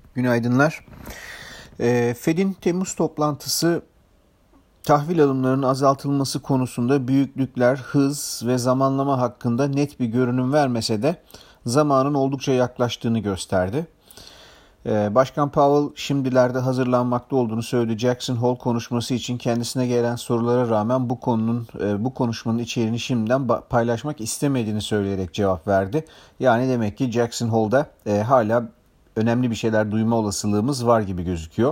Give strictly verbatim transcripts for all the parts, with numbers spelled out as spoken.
Günaydınlar. E, Fed'in Temmuz toplantısı tahvil alımlarının azaltılması konusunda büyüklükler, hız ve zamanlama hakkında net bir görünüm vermese de zamanın oldukça yaklaştığını gösterdi. E, Başkan Powell şimdilerde hazırlanmakta olduğunu söyledi. Jackson Hole konuşması için kendisine gelen sorulara rağmen bu konunun e, bu konuşmanın içeriğini şimdiden paylaşmak istemediğini söyleyerek cevap verdi. Yani demek ki Jackson Hole'da e, hala önemli bir şeyler duyma olasılığımız var gibi gözüküyor.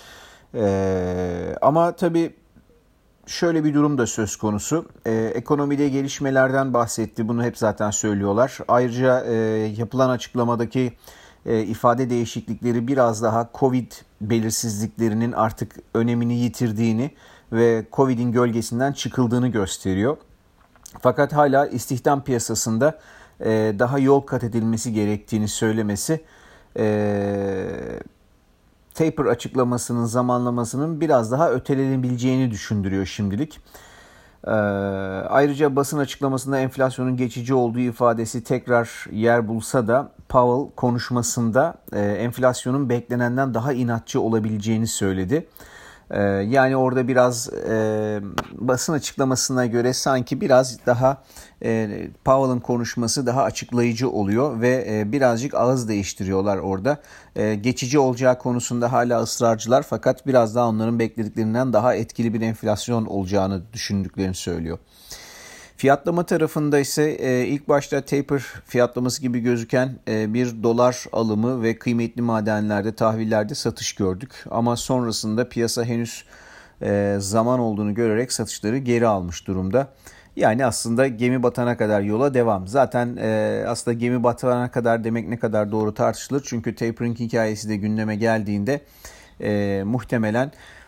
Ee, ama tabii şöyle bir durum da söz konusu. Ee, ekonomide gelişmelerden bahsetti. Bunu hep zaten söylüyorlar. Ayrıca e, yapılan açıklamadaki e, ifade değişiklikleri biraz daha Covid belirsizliklerinin artık önemini yitirdiğini ve Covid'in gölgesinden çıkıldığını gösteriyor. Fakat hala istihdam piyasasında e, daha yol kat edilmesi gerektiğini söylemesi Ee, taper açıklamasının zamanlamasının biraz daha ötelenebileceğini düşündürüyor şimdilik. Ee, ayrıca basın açıklamasında enflasyonun geçici olduğu ifadesi tekrar yer bulsa da Powell konuşmasında e, enflasyonun beklenenden daha inatçı olabileceğini söyledi. Ee, yani orada biraz e, basın açıklamasına göre sanki biraz daha e, Powell'ın konuşması daha açıklayıcı oluyor ve e, birazcık ağız değiştiriyorlar orada. E, geçici olacağı konusunda hala ısrarcılar fakat biraz daha onların beklediklerinden daha etkili bir enflasyon olacağını düşündüklerini söylüyor. Fiyatlama tarafında ise e, ilk başta taper fiyatlaması gibi gözüken e, bir dolar alımı ve kıymetli madenlerde, tahvillerde satış gördük. Ama sonrasında piyasa henüz e, zaman olduğunu görerek satışları geri almış durumda. Yani aslında gemi batana kadar yola devam. Zaten e, aslında gemi batana kadar demek ne kadar doğru tartışılır. Çünkü tapering hikayesi de gündeme geldiğinde e, muhtemelen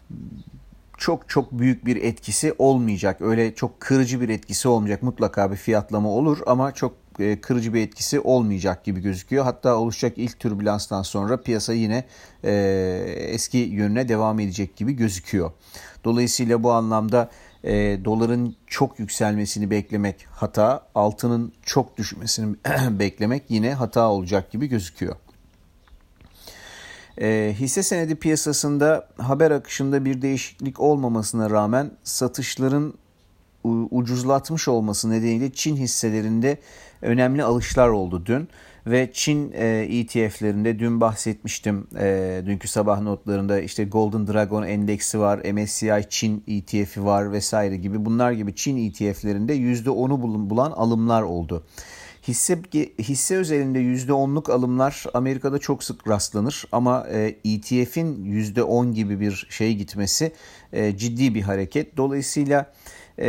çok çok büyük bir etkisi olmayacak. Öyle çok kırıcı bir etkisi olmayacak. Mutlaka bir fiyatlama olur ama çok e, kırıcı bir etkisi olmayacak gibi gözüküyor. Hatta oluşacak ilk türbülanstan sonra piyasa yine e, eski yönüne devam edecek gibi gözüküyor. Dolayısıyla bu anlamda e, doların çok yükselmesini beklemek hata, altının çok düşmesini beklemek yine hata olacak gibi gözüküyor. E, hisse senedi piyasasında haber akışında bir değişiklik olmamasına rağmen satışların ucuzlatmış olması nedeniyle Çin hisselerinde önemli alışlar oldu dün. Ve Çin e, E T F'lerinde dün bahsetmiştim e, dünkü sabah notlarında işte Golden Dragon endeksi var, M S C I Çin E T F'i var vesaire gibi bunlar gibi Çin E T F'lerinde yüzde onu bulan alımlar oldu. Hisse, hisse özelinde yüzde onluk alımlar Amerika'da çok sık rastlanır ama E T F'in yüzde on gibi bir şey gitmesi e, ciddi bir hareket. Dolayısıyla e,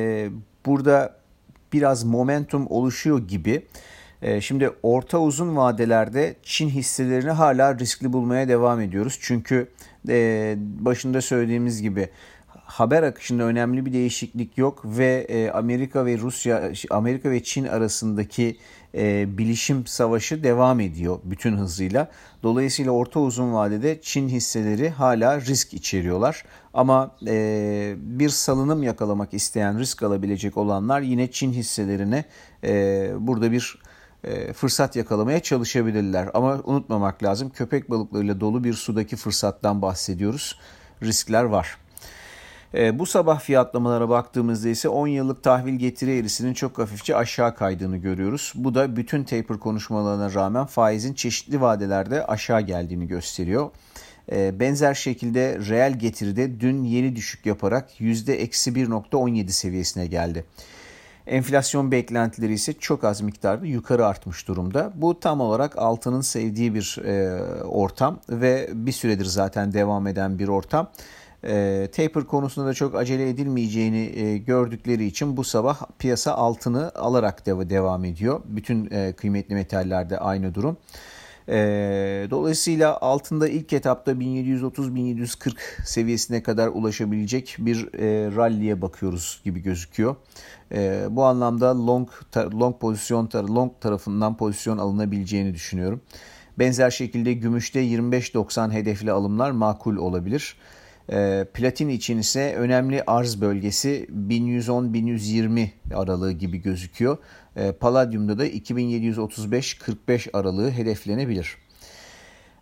burada biraz momentum oluşuyor gibi. E, şimdi orta uzun vadelerde Çin hisselerini hala riskli bulmaya devam ediyoruz. Çünkü e, başında söylediğimiz gibi haber akışında önemli bir değişiklik yok ve e, Amerika ve Rusya, Amerika ve Çin arasındaki e, bilişim savaşı devam ediyor bütün hızıyla. Dolayısıyla orta uzun vadede Çin hisseleri hala risk içeriyorlar. Ama e, bir salınım yakalamak isteyen, risk alabilecek olanlar yine Çin hisselerine e, burada bir e, fırsat yakalamaya çalışabilirler. Ama unutmamak lazım, köpek balıklarıyla dolu bir sudaki fırsattan bahsediyoruz. Riskler var. E, bu sabah fiyatlamalara baktığımızda ise on yıllık tahvil getiri eğrisinin çok hafifçe aşağı kaydığını görüyoruz. Bu da bütün taper konuşmalarına rağmen faizin çeşitli vadelerde aşağı geldiğini gösteriyor. E, benzer şekilde reel getiride dün yeni düşük yaparak yüzde eksi bir nokta on yedi seviyesine geldi. Enflasyon beklentileri ise çok az miktarda yukarı artmış durumda. Bu tam olarak altının sevdiği bir e, ortam ve bir süredir zaten devam eden bir ortam. E, taper konusunda da çok acele edilmeyeceğini e, gördükleri için bu sabah piyasa altını alarak dev- devam ediyor. Bütün e, kıymetli metallerde aynı durum. E, dolayısıyla altında ilk etapta bin yedi yüz otuz bin yedi yüz kırk seviyesine kadar ulaşabilecek bir e, rally'ye bakıyoruz gibi gözüküyor. E, bu anlamda long long pozisyon long tarafından pozisyon alınabileceğini düşünüyorum. Benzer şekilde gümüşte yirmi beş doksan hedefli alımlar makul olabilir. E, platin için ise önemli arz bölgesi bin yüz on bin yüz yirmi aralığı gibi gözüküyor. E, Palladium'da da iki bin yedi yüz otuz beş kırk beş aralığı hedeflenebilir.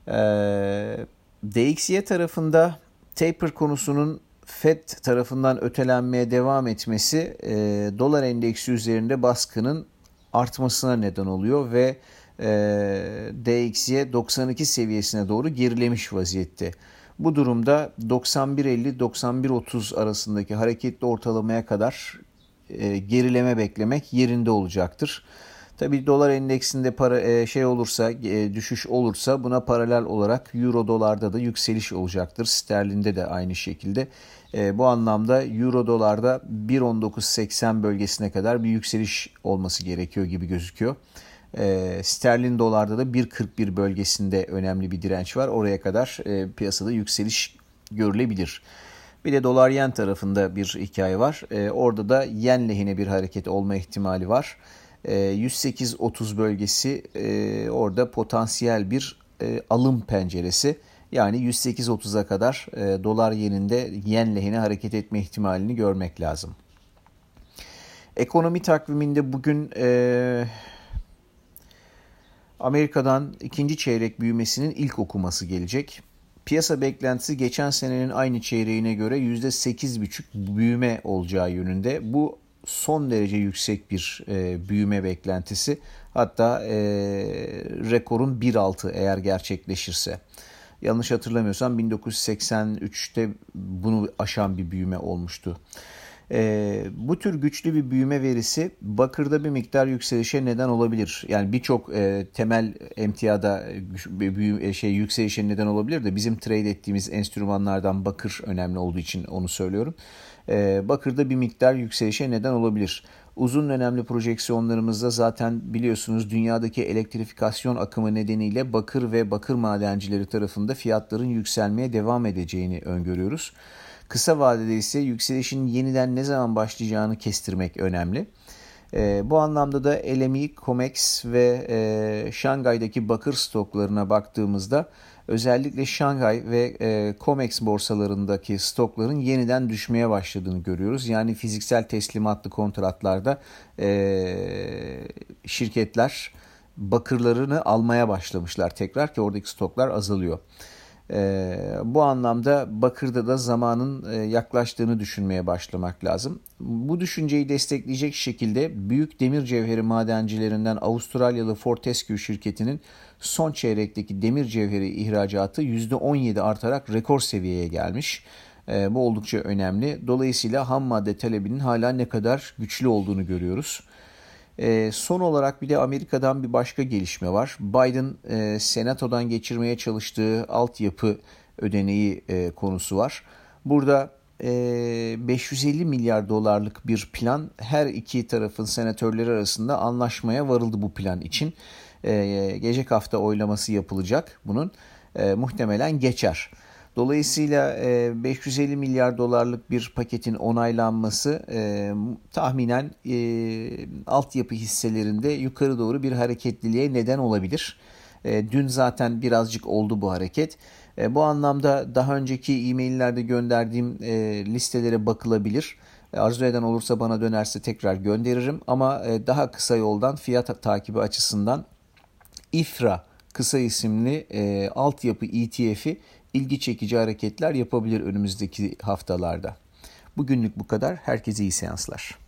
Ee, D X Y tarafında taper konusunun Fed tarafından ötelenmeye devam etmesi e, dolar endeksi üzerinde baskının artmasına neden oluyor ve e, D X Y doksan iki seviyesine doğru gerilemiş vaziyette. Bu durumda doksan bir elli doksan bir otuz arasındaki hareketli ortalamaya kadar e, gerileme beklemek yerinde olacaktır. Tabii dolar endeksinde para e, şey olursa e, düşüş olursa buna paralel olarak euro dolarda da yükseliş olacaktır. Sterlinde de aynı şekilde. E, bu anlamda euro dolarda bir on dokuz seksen bölgesine kadar bir yükseliş olması gerekiyor gibi gözüküyor. E, sterlin dolarda da bir kırk bir bölgesinde önemli bir direnç var. Oraya kadar e, piyasada yükseliş görülebilir. Bir de dolar yen tarafında bir hikaye var. E, orada da yen lehine bir hareket olma ihtimali var. yüz sekiz otuz bölgesi e, orada potansiyel bir e, alım penceresi. Yani yüz sekiz otuza kadar e, dolar yeninde yen lehine hareket etme ihtimalini görmek lazım. Ekonomi takviminde bugün e, Amerika'dan ikinci çeyrek büyümesinin ilk okuması gelecek. Piyasa beklentisi geçen senenin aynı çeyreğine göre yüzde sekiz buçuk büyüme olacağı yönünde. Bu son derece yüksek bir e, büyüme beklentisi. Hatta e, rekorun bir nokta altı eğer gerçekleşirse. Yanlış hatırlamıyorsam bin dokuz yüz seksen üçte bunu aşan bir büyüme olmuştu. E, bu tür güçlü bir büyüme verisi bakırda bir miktar yükselişe neden olabilir. Yani birçok e, temel emtiada büyü, şey yükselişe neden olabilir de bizim trade ettiğimiz enstrümanlardan bakır önemli olduğu için onu söylüyorum. E, bakırda bir miktar yükselişe neden olabilir. Uzun dönemli projeksiyonlarımızda zaten biliyorsunuz dünyadaki elektrifikasyon akımı nedeniyle bakır ve bakır madencileri tarafında fiyatların yükselmeye devam edeceğini öngörüyoruz. Kısa vadede ise yükselişin yeniden ne zaman başlayacağını kestirmek önemli. E, bu anlamda da L M E, COMEX ve e, Şangay'daki bakır stoklarına baktığımızda özellikle Şangay ve e, COMEX borsalarındaki stokların yeniden düşmeye başladığını görüyoruz. Yani fiziksel teslimatlı kontratlarda e, şirketler bakırlarını almaya başlamışlar tekrar ki oradaki stoklar azalıyor. Ee, bu anlamda bakırda da zamanın e, yaklaştığını düşünmeye başlamak lazım. Bu düşünceyi destekleyecek şekilde büyük demir cevheri madencilerinden Avustralyalı Fortescue şirketinin son çeyrekteki demir cevheri ihracatı yüzde on yedi artarak rekor seviyeye gelmiş. Ee, bu oldukça önemli. Dolayısıyla ham madde talebinin hala ne kadar güçlü olduğunu görüyoruz. E, son olarak bir de Amerika'dan bir başka gelişme var. Biden e, Senato'dan geçirmeye çalıştığı altyapı ödeneği e, konusu var. Burada e, beş yüz elli milyar dolarlık bir plan, her iki tarafın senatörleri arasında anlaşmaya varıldı bu plan için. E, gelecek hafta oylaması yapılacak bunun. E, muhtemelen geçer. Dolayısıyla beş yüz elli milyar dolarlık bir paketin onaylanması e, tahminen e, altyapı hisselerinde yukarı doğru bir hareketliliğe neden olabilir. E, dün zaten birazcık oldu bu hareket. E, bu anlamda daha önceki e-maillerde gönderdiğim e, listelere bakılabilir. E, arzu eden olursa bana dönerse tekrar gönderirim. Ama e, daha kısa yoldan fiyat takibi açısından İFRA kısa isimli e, altyapı E T F'i ilgi çekici hareketler yapabilir önümüzdeki haftalarda. Bugünlük bu kadar. Herkese iyi seanslar.